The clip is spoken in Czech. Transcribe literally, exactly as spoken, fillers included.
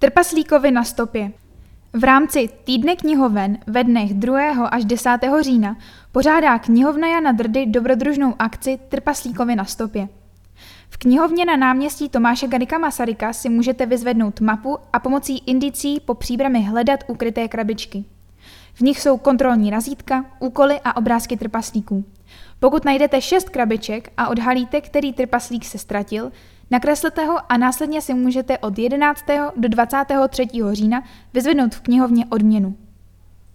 Trpaslíkovi na stopě. V rámci Týdne knihoven ve dnech druhého až desátého října pořádá knihovna Jana Drdy dobrodružnou akci Trpaslíkovi na stopě. V knihovně na náměstí Tomáše Garrigua Masaryka si můžete vyzvednout mapu a pomocí indicí po příbrami hledat ukryté krabičky. V nich jsou kontrolní razítka, úkoly a obrázky trpaslíků. Pokud najdete šest krabiček a odhalíte, který trpaslík se ztratil, nakreslete ho a následně si můžete od jedenáctého do dvacátého třetího října vyzvednout v knihovně odměnu.